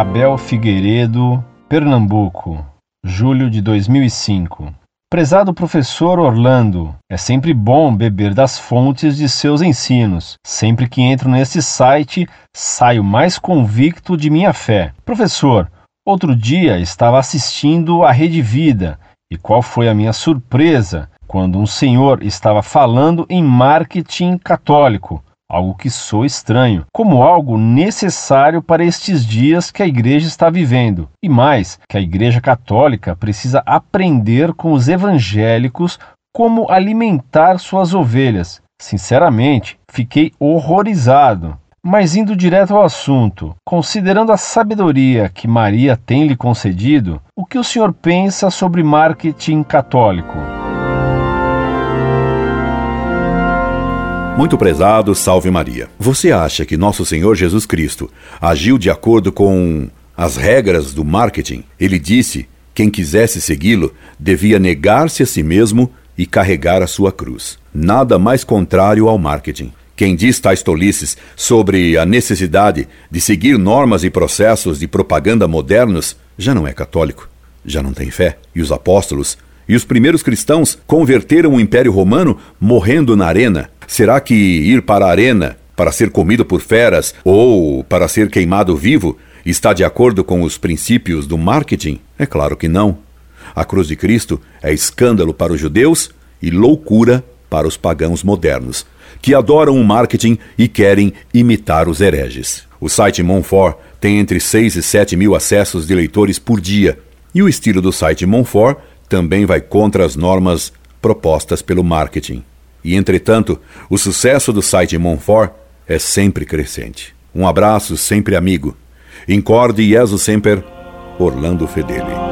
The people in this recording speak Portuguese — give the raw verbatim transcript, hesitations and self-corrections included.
Abel Figueiredo, Pernambuco, julho de dois mil e cinco. Prezado professor Orlando, é sempre bom beber das fontes de seus ensinos. Sempre que entro nesse site, saio mais convicto de minha fé. Professor, outro dia estava assistindo à Rede Vida, e qual foi a minha surpresa quando um senhor estava falando em marketing católico, algo que soa estranho, como algo necessário para estes dias que a igreja está vivendo. E mais, que a igreja católica precisa aprender com os evangélicos como alimentar suas ovelhas. Sinceramente, fiquei horrorizado. Mas indo direto ao assunto, considerando a sabedoria que Maria tem lhe concedido, o que o senhor pensa sobre marketing católico? Muito prezado, salve Maria. Você acha que nosso Senhor Jesus Cristo agiu de acordo com as regras do marketing? Ele disse que quem quisesse segui-lo devia negar-se a si mesmo e carregar a sua cruz. Nada mais contrário ao marketing. Quem diz tais tolices sobre a necessidade de seguir normas e processos de propaganda modernos já não é católico, já não tem fé. E os apóstolos e os primeiros cristãos converteram o Império Romano morrendo na arena. Será que ir para a arena para ser comido por feras ou para ser queimado vivo está de acordo com os princípios do marketing? É claro que não. A cruz de Cristo é escândalo para os judeus e loucura para os pagãos modernos, que adoram o marketing e querem imitar os hereges. O site Monfort tem entre seis e sete mil acessos de leitores por dia, e o estilo do site Monfort também vai contra as normas propostas pelo marketing. E, entretanto, o sucesso do site Monfort é sempre crescente. Um abraço, sempre amigo. Incorde Jesus Semper, Orlando Fedeli.